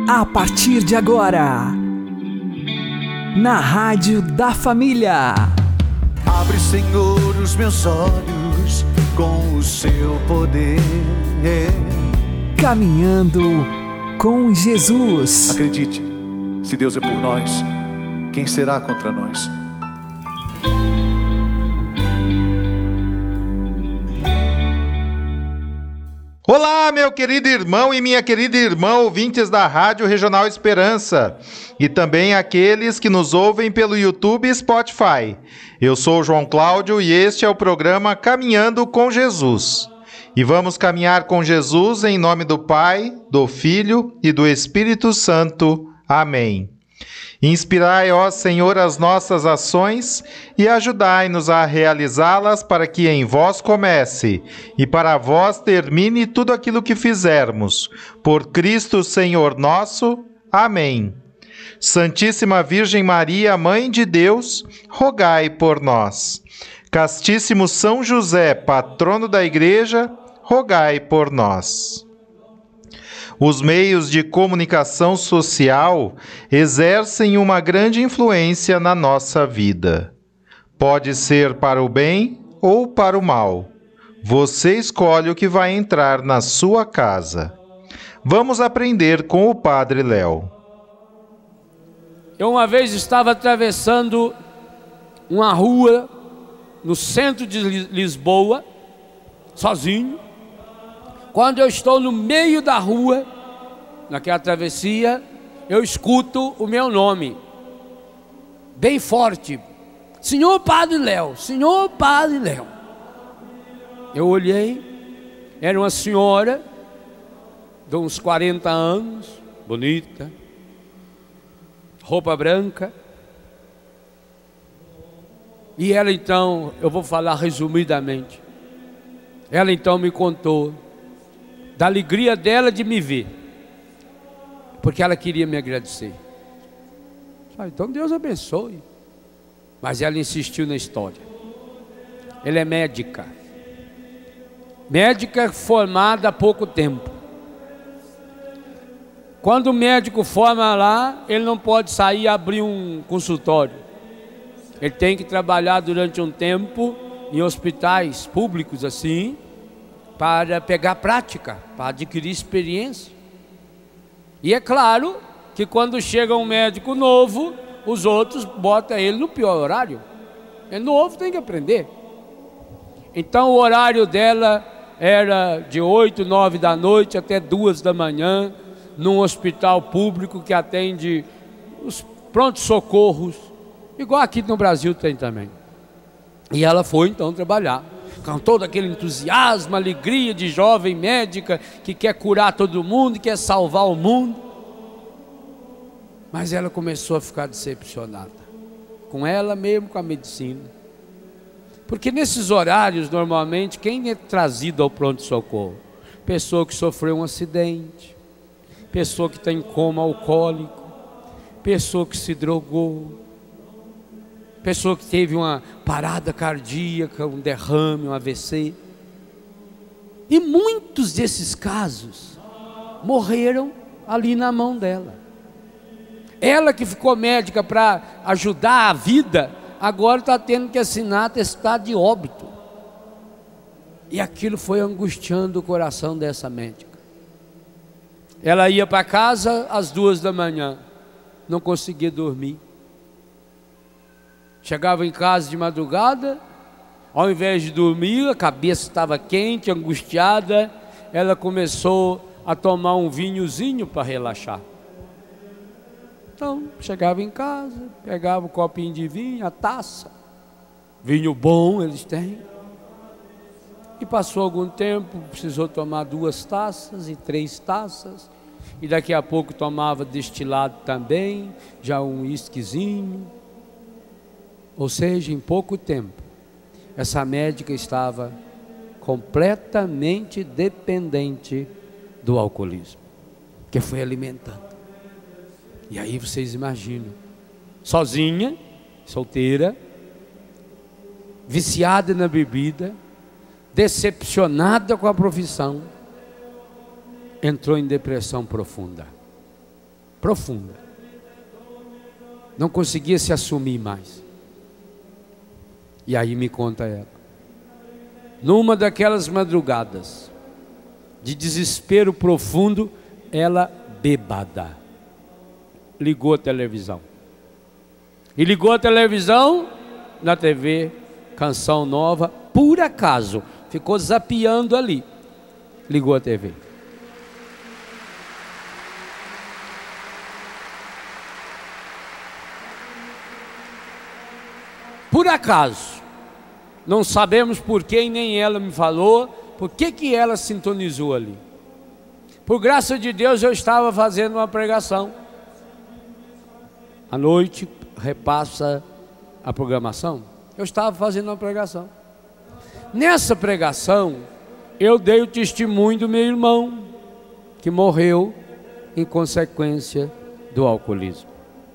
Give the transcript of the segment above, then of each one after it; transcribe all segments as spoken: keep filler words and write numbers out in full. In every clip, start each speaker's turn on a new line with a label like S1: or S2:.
S1: A partir de agora, na Rádio da Família.
S2: Abre, Senhor, os meus olhos com o seu poder.
S1: Caminhando com Jesus.
S2: Acredite, se Deus é por nós, quem será contra nós?
S3: Olá, meu querido irmão e minha querida irmã, ouvintes da Rádio Regional Esperança, e também aqueles que nos ouvem pelo YouTube e Spotify. Eu sou o João Cláudio e este é o programa Caminhando com Jesus. E vamos caminhar com Jesus em nome do Pai, do Filho e do Espírito Santo. Amém. Inspirai, ó Senhor, as nossas ações e ajudai-nos a realizá-las para que em vós comece e para vós termine tudo aquilo que fizermos. Por Cristo Senhor nosso. Amém. Santíssima Virgem Maria, Mãe de Deus, rogai por nós. Castíssimo São José, patrono da Igreja, rogai por nós. Os meios de comunicação social exercem uma grande influência na nossa vida. Pode ser para o bem ou para o mal. Você escolhe o que vai entrar na sua casa. Vamos aprender com o Padre Léo.
S4: Eu uma vez estava atravessando uma rua no centro de Lisboa, sozinho. Quando eu estou no meio da rua, naquela travessia, eu escuto o meu nome, bem forte: Senhor Padre Léo, Senhor Padre Léo. Eu olhei, era uma senhora de uns quarenta anos, bonita, roupa branca. E ela então, eu vou falar resumidamente, ela então me contou da alegria dela de me ver, porque ela queria me agradecer. Ah, então Deus abençoe. Mas ela insistiu na história. Ela é médica, médica formada há pouco tempo. Quando o médico forma lá, ele não pode sair e abrir um consultório. Ele tem que trabalhar durante um tempo em hospitais públicos assim, para pegar prática, para adquirir experiência. E é claro que quando chega um médico novo, os outros botam ele no pior horário. É novo, tem que aprender. Então o horário dela era de oito, nove da noite até duas da manhã, num hospital público que atende os prontos-socorros, igual aqui no Brasil tem também. E ela foi então trabalhar, com todo aquele entusiasmo, alegria de jovem médica que quer curar todo mundo, quer salvar o mundo. Mas ela começou a ficar decepcionada com ela mesmo, com a medicina. Porque nesses horários, normalmente, quem é trazido ao pronto-socorro? Pessoa que sofreu um acidente, pessoa que está em coma alcoólico, pessoa que se drogou, pessoa que teve uma parada cardíaca, um derrame, um A V C. E muitos desses casos morreram ali na mão dela. Ela que ficou médica para ajudar a vida, agora está tendo que assinar atestado de óbito. E aquilo foi angustiando o coração dessa médica. Ela ia para casa às duas da manhã, não conseguia dormir. Chegava em casa de madrugada, ao invés de dormir, a cabeça estava quente, angustiada, ela começou a tomar um vinhozinho para relaxar. Então, chegava em casa, pegava um copinho de vinho, a taça, vinho bom eles têm, e passou algum tempo, precisou tomar duas taças e três taças, e daqui a pouco tomava destilado também, já um uísquezinho. Ou seja, em pouco tempo, essa médica estava completamente dependente do alcoolismo, que foi alimentando. E aí vocês imaginam, sozinha, solteira, viciada na bebida, decepcionada com a profissão, entrou em depressão profunda. profunda. Não conseguia se assumir mais. E aí me conta ela. Numa daquelas madrugadas de desespero profundo, ela bêbada ligou a televisão. E ligou a televisão, na T V, Canção Nova, por acaso, ficou zapeando ali. Ligou a T V. Por acaso, não sabemos por que e nem ela me falou, por que que ela sintonizou ali. Por graça de Deus eu estava fazendo uma pregação. À noite, repassa a programação. Eu estava fazendo uma pregação. Nessa pregação, eu dei o testemunho do meu irmão, que morreu em consequência do alcoolismo.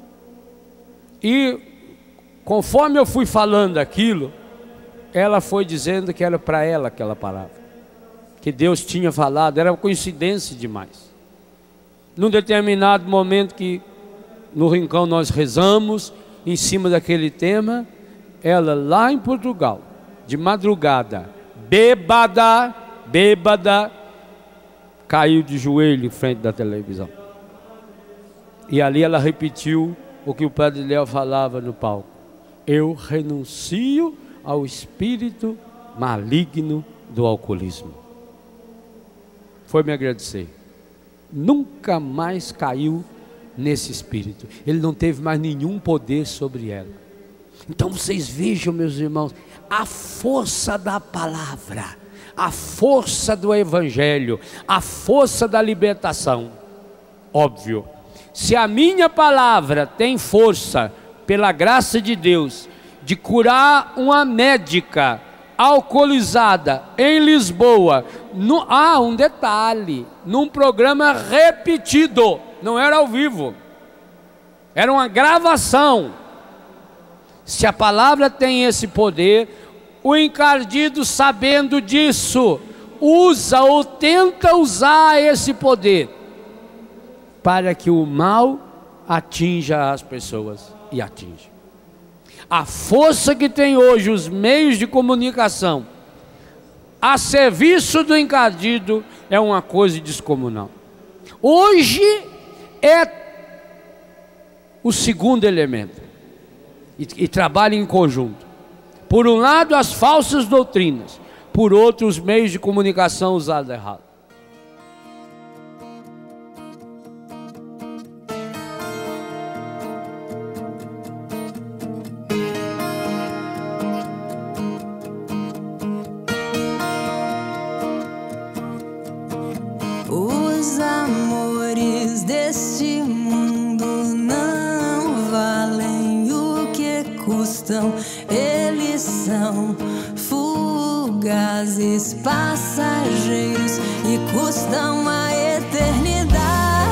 S4: E conforme eu fui falando aquilo, ela foi dizendo que era para ela aquela palavra, que Deus tinha falado, era uma coincidência demais. Num determinado momento que no rincão nós rezamos, em cima daquele tema, ela lá em Portugal, de madrugada, bêbada, bêbada, caiu de joelho em frente da televisão. E ali ela repetiu o que o Padre Léo falava no palco: eu renuncio ao espírito maligno do alcoolismo. Foi me agradecer. Nunca mais caiu nesse espírito. Ele não teve mais nenhum poder sobre ela. Então vocês vejam, meus irmãos, a força da palavra, a força do evangelho, a força da libertação. Óbvio, se a minha palavra tem força, pela graça de Deus, de curar uma médica alcoolizada em Lisboa, no, ah, um detalhe, num programa repetido, não era ao vivo, era uma gravação. Se a palavra tem esse poder, o encardido, sabendo disso, usa ou tenta usar esse poder para que o mal atinja as pessoas, e atinge. A força que tem hoje os meios de comunicação a serviço do encardido é uma coisa descomunal. Hoje é o segundo elemento, e, e trabalha em conjunto. Por um lado, as falsas doutrinas, por outro, os meios de comunicação usados errado.
S5: Os amores deste mundo não valem o que custam. Eles são fugazes, passageiros e custam a eternidade.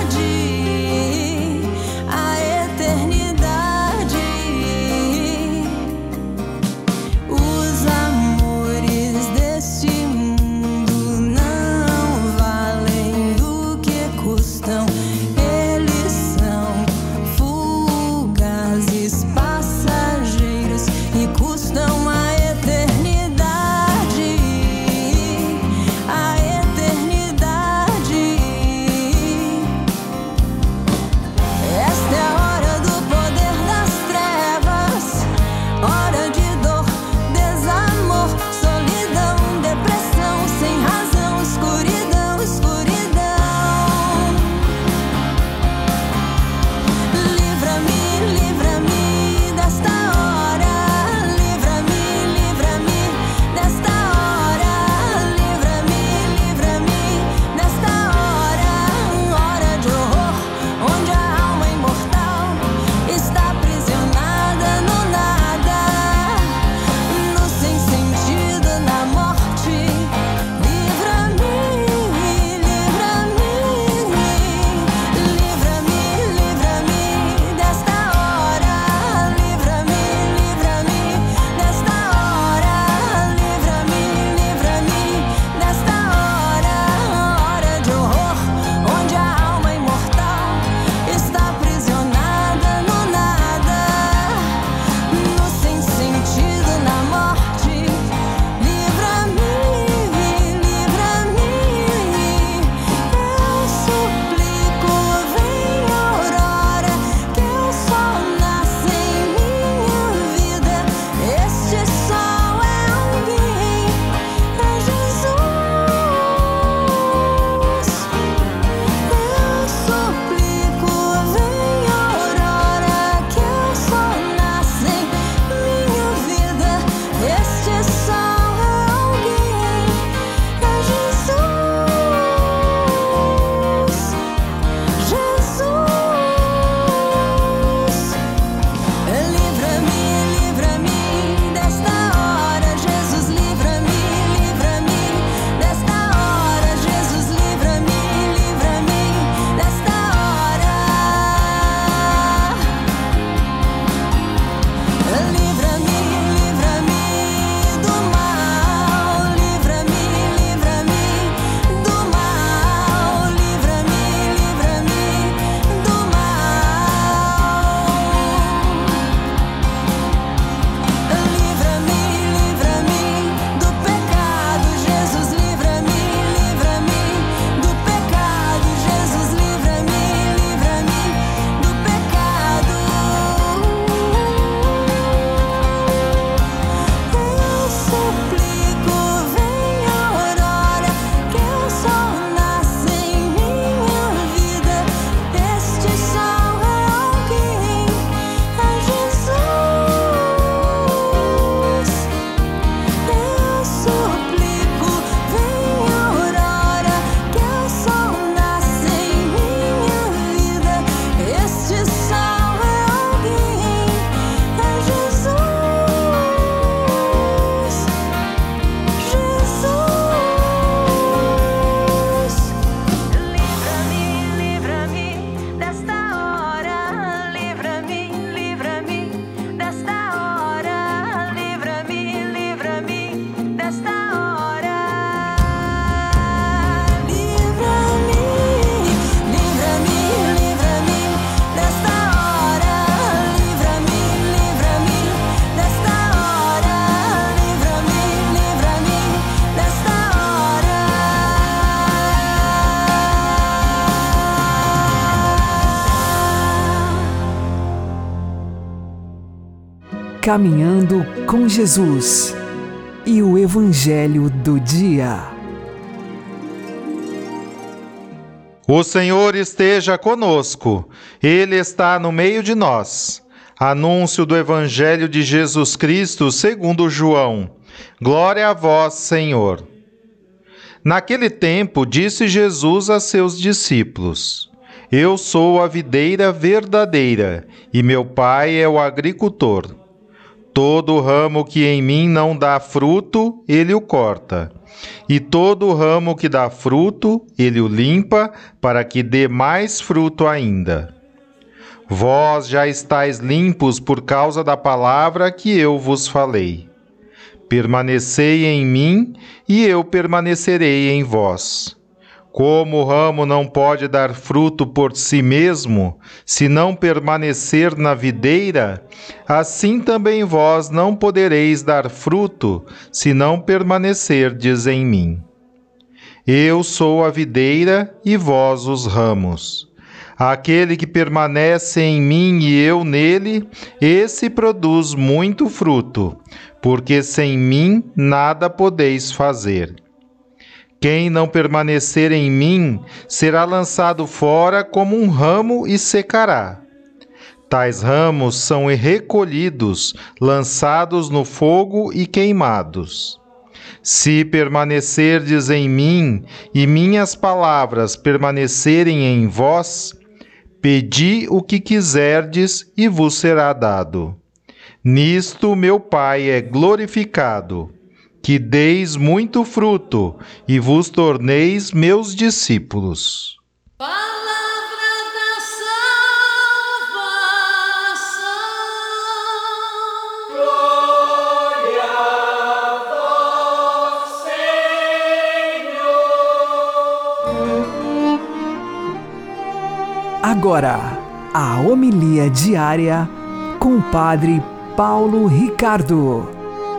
S5: A eternidade. Os amores deste mundo não valem o que custam. Eles são fugazes, passageiros e custam a eternidade. A eternidade.
S1: Caminhando com Jesus e o Evangelho do Dia.
S3: O Senhor esteja conosco, Ele está no meio de nós. Anúncio do Evangelho de Jesus Cristo segundo João. Glória a vós, Senhor. Naquele tempo, disse Jesus a seus discípulos: Eu sou a videira verdadeira, e meu Pai é o agricultor. Todo ramo que em mim não dá fruto, ele o corta. E todo ramo que dá fruto, ele o limpa, para que dê mais fruto ainda. Vós já estáis limpos por causa da palavra que eu vos falei. Permanecei em mim, e eu permanecerei em vós. Como o ramo não pode dar fruto por si mesmo, se não permanecer na videira, assim também vós não podereis dar fruto, se não permanecerdes em mim. Eu sou a videira e vós os ramos. Aquele que permanece em mim e eu nele, esse produz muito fruto, porque sem mim nada podeis fazer. Quem não permanecer em mim será lançado fora como um ramo e secará. Tais ramos são recolhidos, lançados no fogo e queimados. Se permanecerdes em mim e minhas palavras permanecerem em vós, pedi o que quiserdes e vos será dado. Nisto meu Pai é glorificado, que deis muito fruto e vos torneis meus discípulos.
S5: Palavra da salvação. Glória a vós, Senhor.
S1: Agora, a homilia diária com o Padre Paulo Ricardo.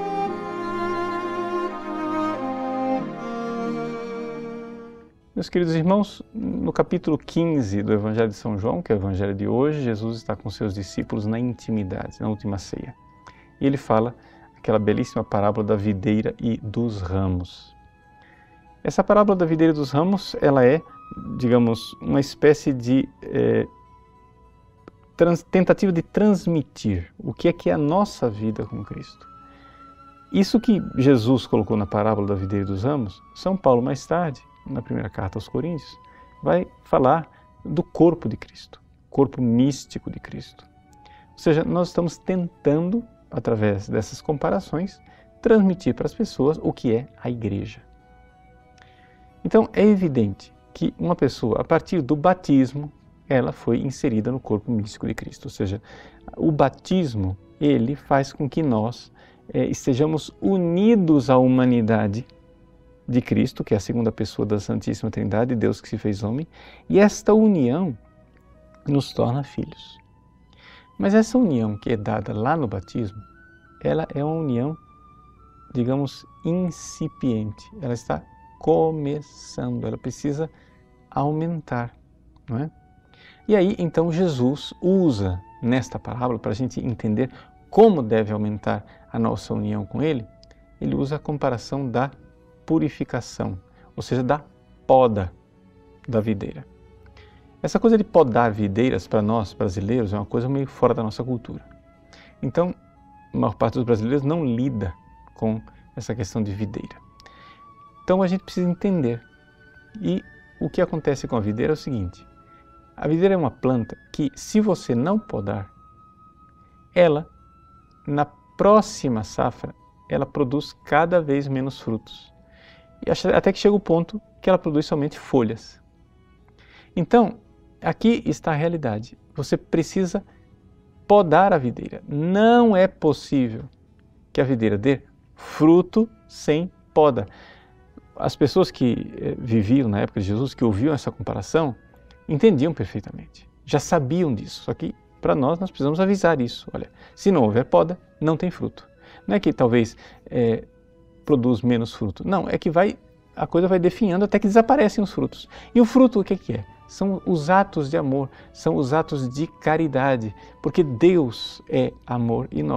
S6: Meus queridos irmãos, no capítulo quinze do Evangelho de São João, que é o Evangelho de hoje, Jesus está com seus discípulos na intimidade, na última ceia. E ele fala aquela belíssima parábola da videira e dos ramos. Essa parábola da videira e dos ramos, ela é, digamos, uma espécie de é, trans, tentativa de transmitir o que é que é a nossa vida com Cristo. Isso que Jesus colocou na parábola da videira e dos ramos, São Paulo mais tarde, na primeira carta aos Coríntios, vai falar do corpo de Cristo, corpo místico de Cristo. Ou seja, nós estamos tentando, através dessas comparações, transmitir para as pessoas o que é a igreja. Então, é evidente que uma pessoa, a partir do batismo, ela foi inserida no corpo místico de Cristo. Ou seja, o batismo, ele faz com que nós é, estejamos unidos à humanidade de Cristo, que é a segunda pessoa da Santíssima Trindade, Deus que se fez homem, e esta união nos torna filhos. Mas essa união que é dada lá no batismo, ela é uma união, digamos, incipiente. Ela está começando, ela precisa aumentar, não é? E aí, então, Jesus usa nesta parábola, para a gente entender como deve aumentar a nossa união com Ele, ele usa a comparação da purificação, ou seja, da poda da videira. Essa coisa de podar videiras para nós brasileiros é uma coisa meio fora da nossa cultura. Então, a maior parte dos brasileiros não lida com essa questão de videira. Então a gente precisa entender. E o que acontece com a videira é o seguinte: a videira é uma planta que, se você não podar, ela, na próxima safra, ela produz cada vez menos frutos. E até que chega o ponto que ela produz somente folhas. Então, aqui está a realidade. Você precisa podar a videira. Não é possível que a videira dê fruto sem poda. As pessoas que eh, viviam na época de Jesus, que ouviam essa comparação, entendiam perfeitamente. Já sabiam disso. Só que, para nós, nós precisamos avisar isso. Olha, se não houver poda, não tem fruto. Não é que talvez é, produz menos fruto. Não, é que vai, a coisa vai definhando até que desaparecem os frutos. E o fruto, o que é que é? São os atos de amor, são os atos de caridade, porque Deus é amor e nós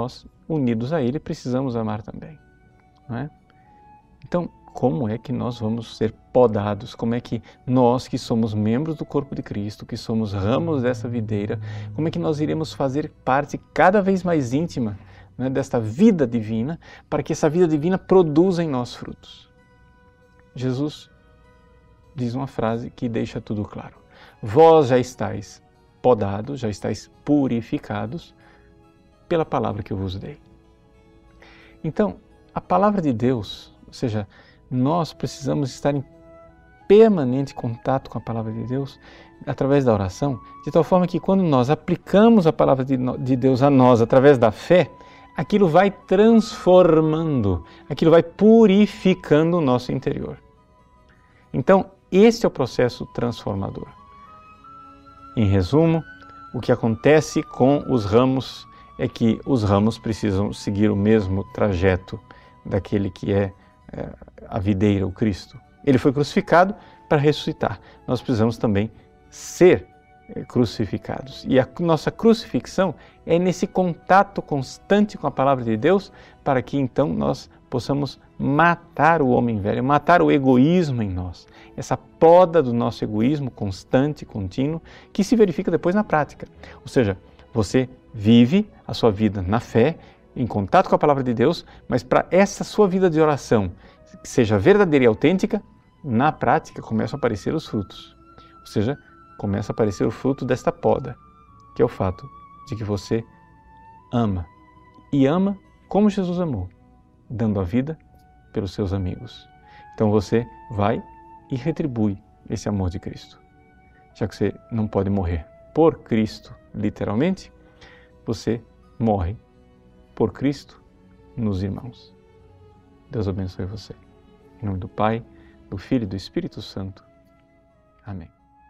S6: unidos a Ele, precisamos amar também, não é? Então, como é que nós vamos ser podados? Como é que nós, que somos membros do corpo de Cristo, que somos ramos dessa videira, como é que nós iremos fazer parte cada vez mais íntima, né, desta vida divina, para que essa vida divina produza em nós frutos? Jesus diz uma frase que deixa tudo claro. Vós já estáis podados, já estáis purificados pela palavra que eu vos dei. Então, a palavra de Deus, ou seja, nós precisamos estar em permanente contato com a palavra de Deus através da oração, de tal forma que quando nós aplicamos a palavra de, de Deus a nós através da fé, aquilo vai transformando, aquilo vai purificando o nosso interior. Então, este é o processo transformador. Em resumo, o que acontece com os ramos é que os ramos precisam seguir o mesmo trajeto daquele que é, é a videira, o Cristo. Ele foi crucificado para ressuscitar. Nós precisamos também ser é, crucificados. E a nossa crucifixão é nesse contato constante com a palavra de Deus, para que então nós possamos matar o homem velho, matar o egoísmo em nós. Essa poda do nosso egoísmo constante, contínuo, que se verifica depois na prática. Ou seja, você vive a sua vida na fé, em contato com a palavra de Deus, mas para essa sua vida de oração que seja verdadeira e autêntica, na prática começam a aparecer os frutos. Ou seja, começa a aparecer o fruto desta poda, que é o fato de que você ama. E ama como Jesus amou, dando a vida pelos seus amigos. Então você vai e retribui esse amor de Cristo. Já que você não pode morrer por Cristo, literalmente, você morre por Cristo nos irmãos. Deus abençoe você. Em nome do Pai, do Filho e do Espírito Santo. Amém.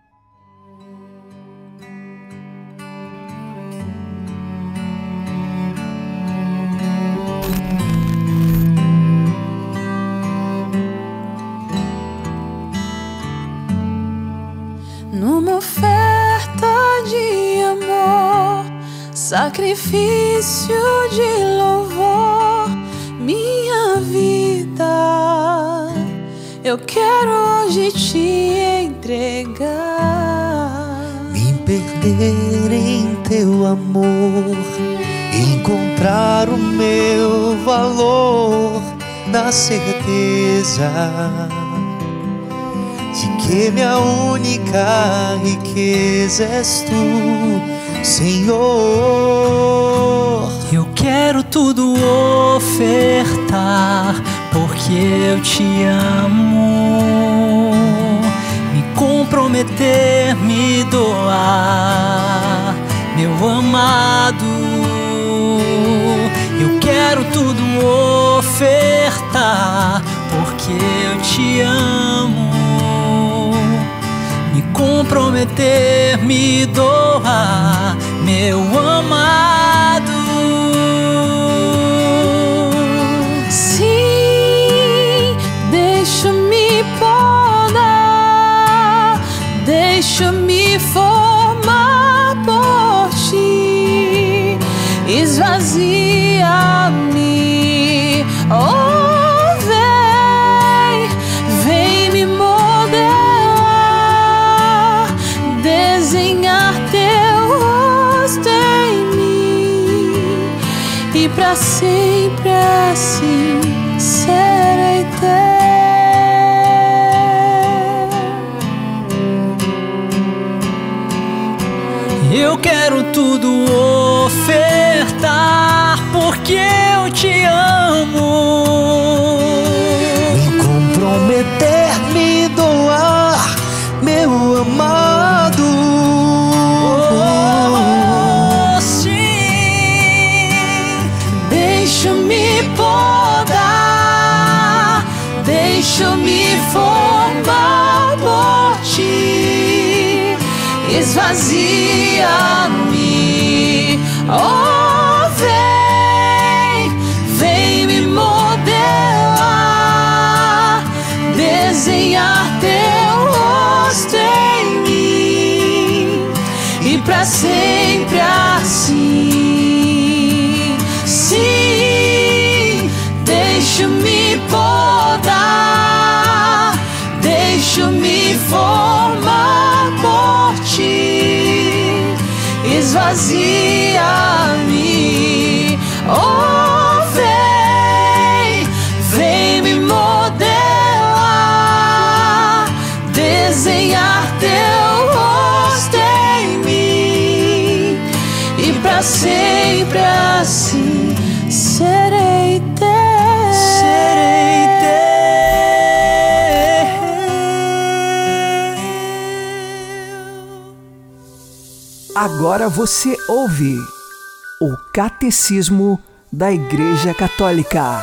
S7: Numa oferta de amor, sacrifício de louvor, minha vida eu quero hoje te entregar.
S2: Me perder em teu amor, encontrar o meu valor na certeza de que minha única riqueza és tu, Senhor.
S8: Eu quero tudo ofertar, porque eu te amo. Me comprometer, me doar, meu amado. Eu quero tudo ofertar, porque eu te amo. Me comprometer, me doar, meu amado.
S7: Sim, deixa-me podar, deixa-me formar por ti, esvazia-me, oh vem, vem me modelar, desenhar teu rosto em mim, e pra sempre assim serei teu.
S8: Eu quero tudo ofertar, porque eu te amo.
S2: Me comprometer, me doar, meu amado.
S8: Oh, sim.
S7: Deixa-me podar, deixa-me formar por ti, esvazia-me, oh vem, vem me modelar, desenhar teu rosto em mim, e pra sempre assim, sim. esvazia-me. Oh, vem, vem me modelar, desenhar teu rosto em mim, e pra sempre assim serei teu. Serei teu.
S1: Agora você ouve o Catecismo da Igreja Católica.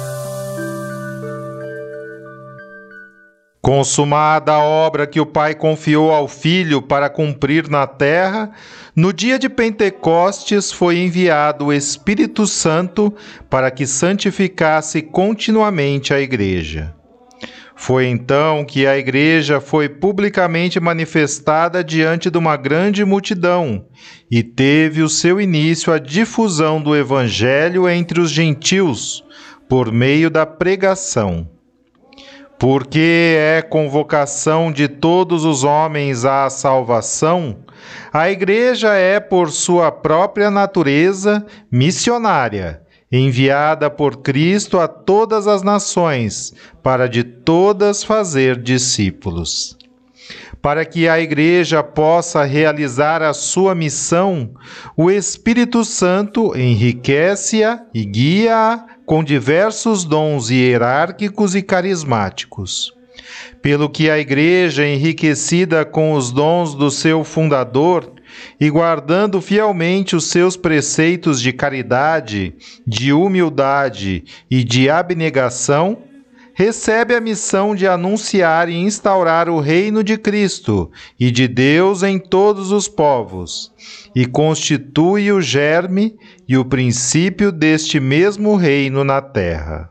S3: Consumada a obra que o Pai confiou ao Filho para cumprir na terra, no dia de Pentecostes foi enviado o Espírito Santo para que santificasse continuamente a Igreja. Foi então que a Igreja foi publicamente manifestada diante de uma grande multidão e teve o seu início a difusão do Evangelho entre os gentios, por meio da pregação. Porque é convocação de todos os homens à salvação, a Igreja é, por sua própria natureza, missionária, enviada por Cristo a todas as nações, para de todas fazer discípulos. Para que a Igreja possa realizar a sua missão, o Espírito Santo enriquece-a e guia-a com diversos dons hierárquicos e carismáticos. Pelo que a Igreja, enriquecida com os dons do seu fundador, e guardando fielmente os seus preceitos de caridade, de humildade e de abnegação, recebe a missão de anunciar e instaurar o reino de Cristo e de Deus em todos os povos, e constitui o germe e o princípio deste mesmo reino na terra.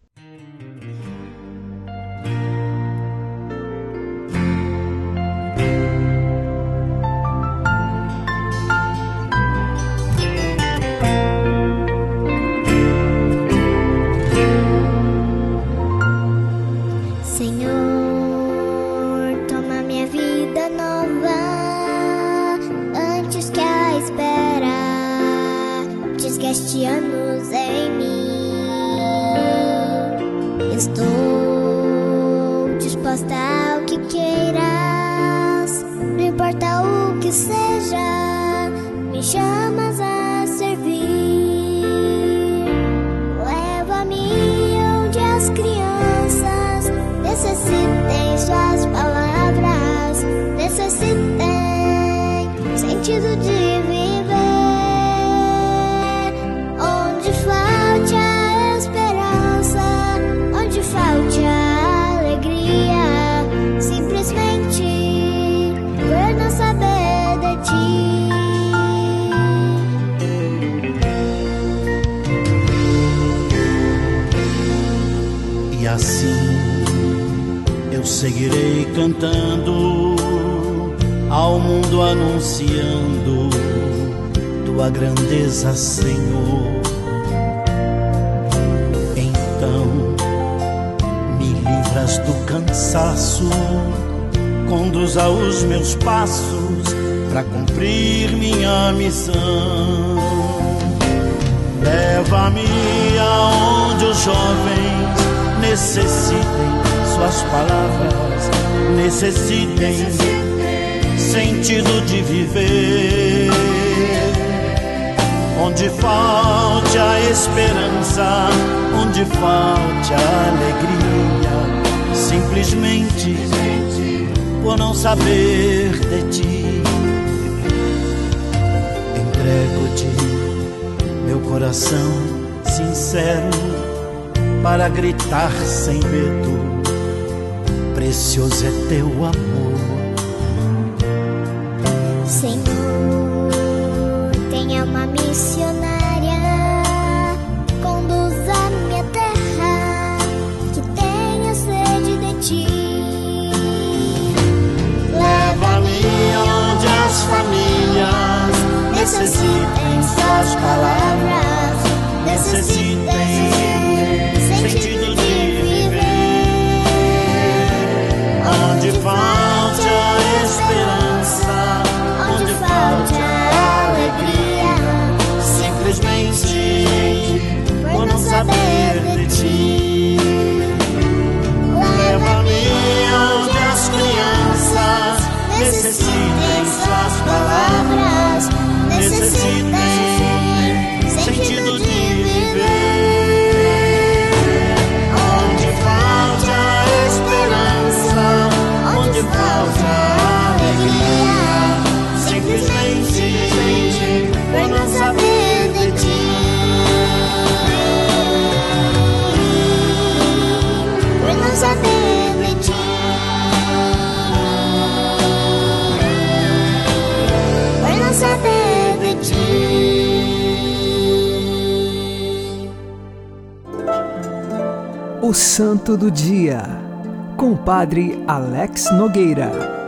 S9: Anos em mim, estou disposta ao que queiras, não importa o que seja, me chamas a servir. Leva-me onde as crianças necessitem suas palavras, necessitem sentido de viver. Falte a esperança, onde falte a alegria, simplesmente por não saber de ti.
S10: E assim eu seguirei cantando, ao mundo anunciando tua grandeza, Senhor. Do cansaço, conduza os meus passos para cumprir minha missão. Leva-me aonde os jovens necessitem suas palavras, necessitem sentido de viver. Onde falte a esperança, onde falte a alegria, simplesmente por não saber de ti. Entrego-te meu coração sincero para gritar sem medo, precioso é teu amor.
S9: Senhor, tenha uma missionária, conduza minha terra, que tenha sede de ti.
S10: Leva-me onde as famílias necessitem suas palavras, necessitem sentido de viver. Onde falte a esperança, onde falte a alegria,
S1: O Santo do Dia, com o Padre Alex Nogueira.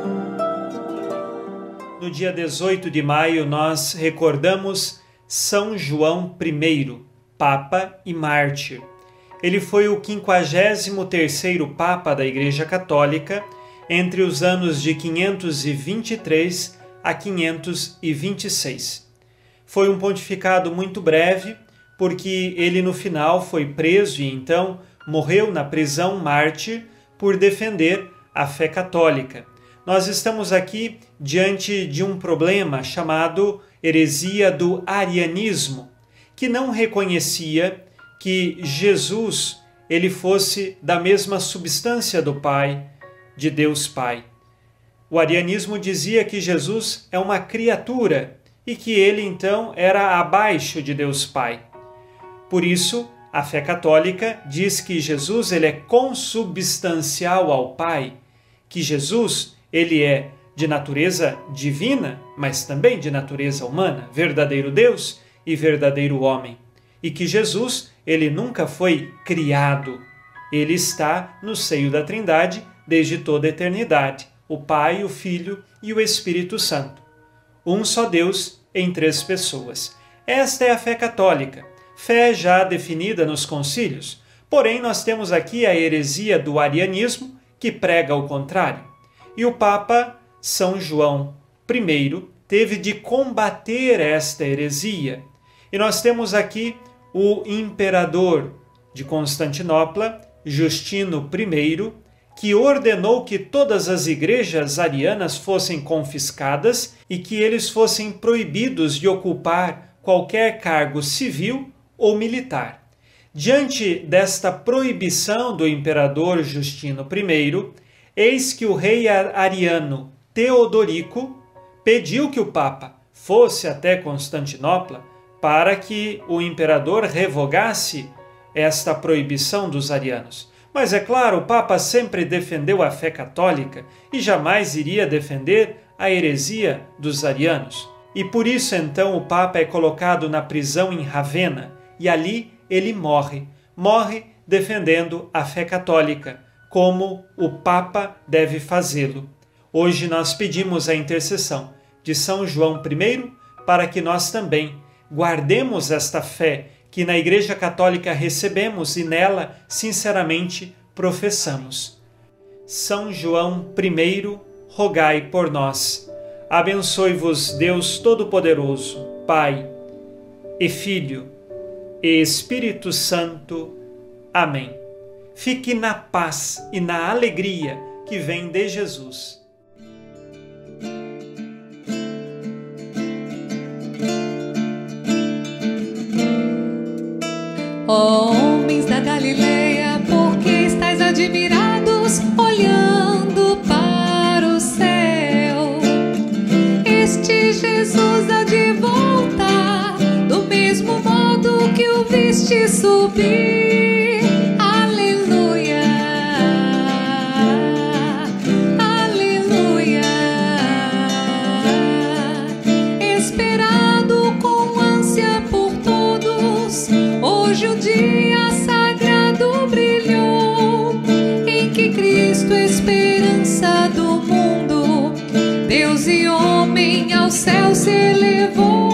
S11: No dia dezoito de maio, nós recordamos São João I, Papa e Mártir. Ele foi o quinquagésimo terceiro Papa da Igreja Católica entre os anos de quinhentos e vinte e três a quinhentos e vinte e seis. Foi um pontificado muito breve, porque ele no final foi preso e então morreu na prisão mártir por defender a fé católica. Nós estamos aqui diante de um problema chamado heresia do arianismo, que não reconhecia que Jesus ele fosse da mesma substância do Pai, de Deus Pai. O arianismo dizia que Jesus é uma criatura e que ele então era abaixo de Deus Pai. Por isso, a fé católica diz que Jesus ele é consubstancial ao Pai, que Jesus ele é de natureza divina, mas também de natureza humana, verdadeiro Deus e verdadeiro homem, e que Jesus ele nunca foi criado, ele está no seio da Trindade desde toda a eternidade, o Pai, o Filho e o Espírito Santo. Um só Deus em três pessoas. Esta é a fé católica, fé já definida nos concílios, porém nós temos aqui a heresia do arianismo, que prega o contrário. E o Papa São João I teve de combater esta heresia. E nós temos aqui o imperador de Constantinopla, Justino I, que ordenou que todas as igrejas arianas fossem confiscadas e que eles fossem proibidos de ocupar qualquer cargo civil ou militar. Diante desta proibição do imperador Justino I, eis que o rei ariano Teodorico pediu que o Papa fosse até Constantinopla para que o imperador revogasse esta proibição dos arianos. Mas é claro, o Papa sempre defendeu a fé católica e jamais iria defender a heresia dos arianos. E por isso então o Papa é colocado na prisão em Ravenna e ali ele morre. Morre defendendo a fé católica, como o Papa deve fazê-lo. Hoje nós pedimos a intercessão de São João I para que nós também guardemos esta fé que na Igreja Católica recebemos e nela, sinceramente, professamos. São João I, rogai por nós. Abençoe-vos Deus Todo-Poderoso, Pai e Filho e Espírito Santo. Amém. Fique na paz e na alegria que vem de Jesus.
S7: Ó homens da Galileia, por que estáis admirados, olhando para o céu? Este Jesus há de voltar, do mesmo modo que o viste subir. Aleluia, aleluia. Esperado com ânsia por todos, hoje o dia sagrado brilhou, em que Cristo, esperança do mundo, Deus e homem ao céu se elevou.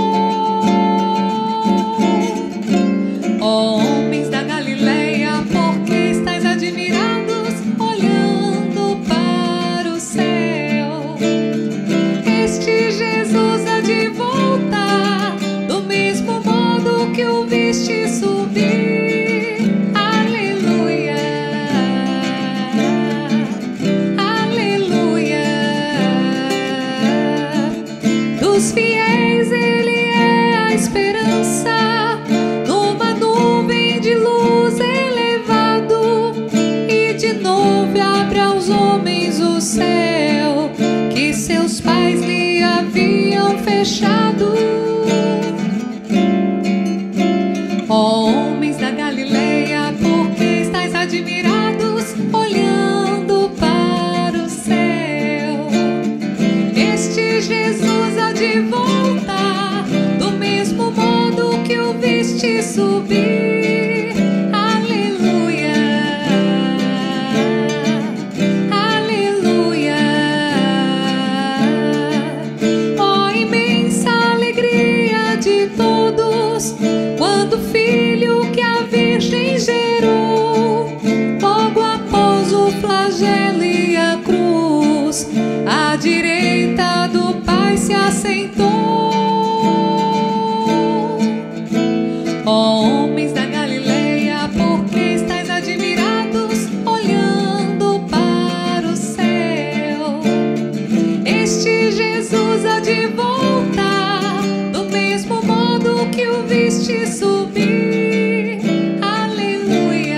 S7: Ó homens da Galileia, por que estáis admirados, olhando para o céu? Este Jesus há de voltar, do mesmo modo que o viste subir. Aleluia, aleluia. Dos fiéis ele é a esperança, numa nuvem de luz elevado, e de novo abre aos homens o céu, que seus pais lhe haviam fechado. Ó homens da Galileia, por que estáis admirados, olhando para o céu? Este Jesus há de voltar, do mesmo modo que o viste subir. Aleluia, aceitou. Ó homens da Galileia, por que estáis admirados, olhando para o céu? Este Jesus há de voltar, do mesmo modo que o viste subir. Aleluia,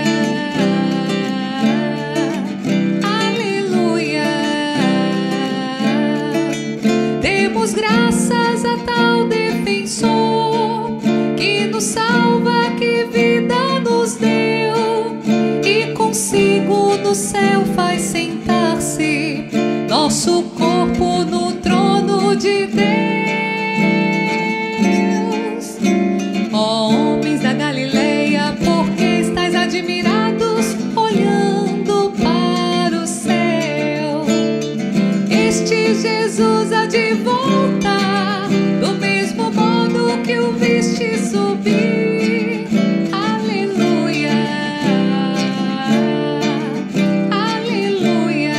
S7: aleluia. Demos graças a tal defensor, que nos salva, que vida nos deu, e consigo no céu faz sentar-se nosso corpo no trono de Deus. Ó homens da Galileia, por que estáis admirados, olhando para o céu? Este Jesus há de voltar, do mesmo modo que o viste subir. Aleluia, aleluia.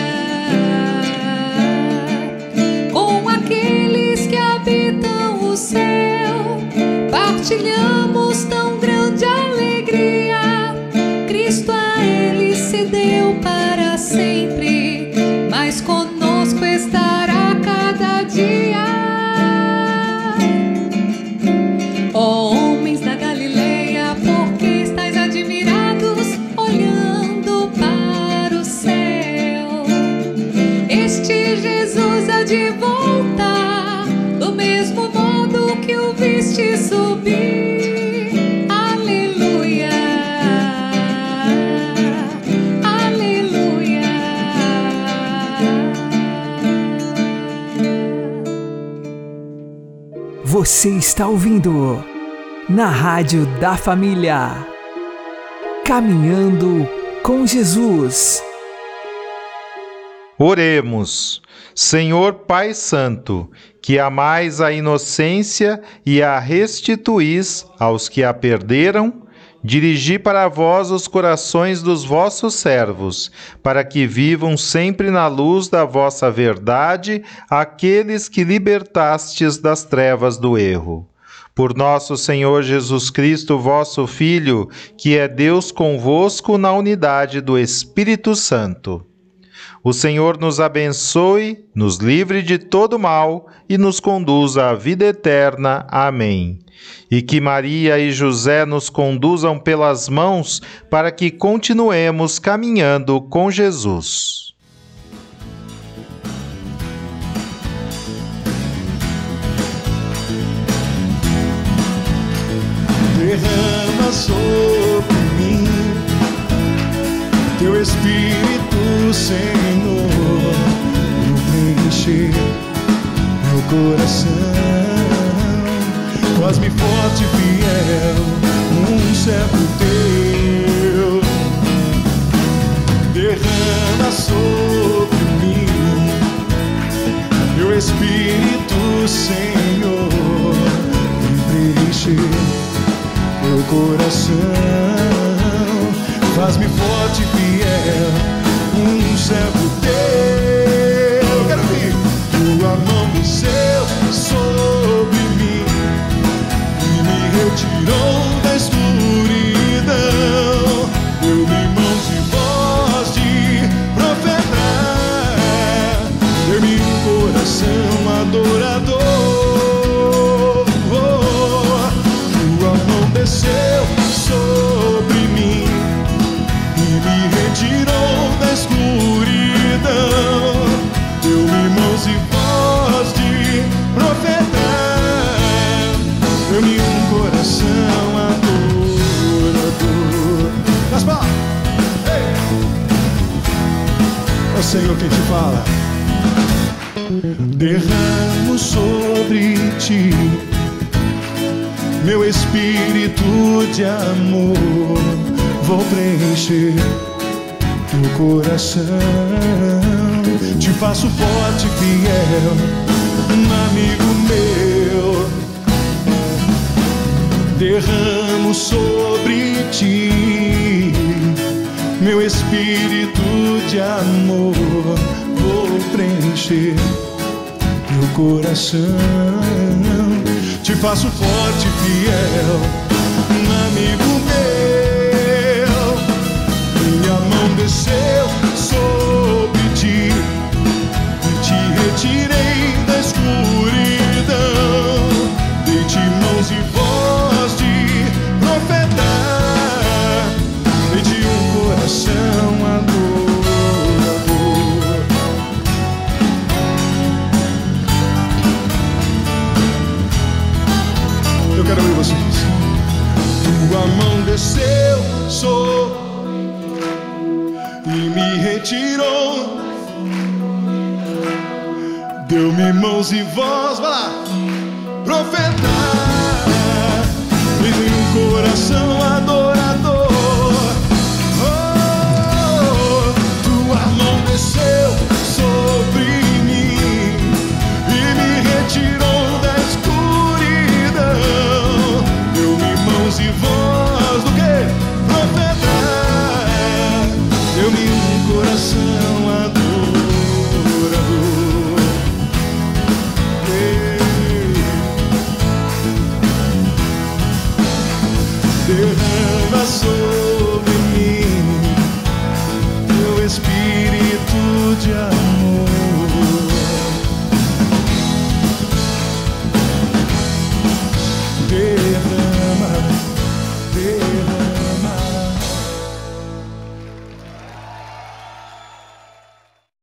S7: Com aqueles que habitam o céu, partilhamos tão grande alegria. Cristo a eles se deu para sempre, mas conosco estará cada dia. Ó homens da Galileia, por que estáis admirados, olhando para o céu? Este Jesus há de voltar, do mesmo modo que o viste subir. Aleluia, aleluia.
S1: Você está ouvindo na Rádio da Família, Caminhando com Jesus.
S3: Oremos. Senhor Pai Santo, que amais a inocência e a restituís aos que a perderam, dirigi para vós os corações dos vossos servos, para que vivam sempre na luz da vossa verdade aqueles que libertastes das trevas do erro. Por nosso Senhor Jesus Cristo, vosso Filho, que é Deus convosco na unidade do Espírito Santo. O Senhor nos abençoe, nos livre de todo mal e nos conduza à vida eterna. Amém. E que Maria e José nos conduzam pelas mãos para que continuemos caminhando com Jesus.
S2: Derrama sobre mim teu Espírito, Senhor, e preencher meu coração. Faz-me forte e fiel, um servo teu. Derrama sobre mim teu Espírito, Senhor, e preencher meu coração. Faz-me forte e fiel, um servo teu. Quero ouvir. Tua mão do céu sobre mim e me retirou da escuridão. Deu-me mãos e voz de profeta, deu-me um coração adorador. Tua mão desceu sobre mim e me retirou da escuridão. Deu-me mãos e voz de profeta, deu-me um coração adorador. Gaspar! Ei! É o Senhor quem te fala. Derramo sobre ti meu espírito de amor, vou preencher teu coração. Te faço forte e fiel, amigo meu. Derramo sobre ti meu espírito de amor, vou preencher teu coração.
S12: faço forte e fiel, um amigo meu. Minha mão desceu sobre ti e te retirei da escuridão. Dei-te mãos e voz de profeta, dei-te um coração adorador. Eu quero ouvir vocês. Tua mão desceu sobre e me retirou, deu-me mãos e voz, vai lá, profeta, fez-me um coração adorador. Oh, tua mão desceu sobre mim e me retirou.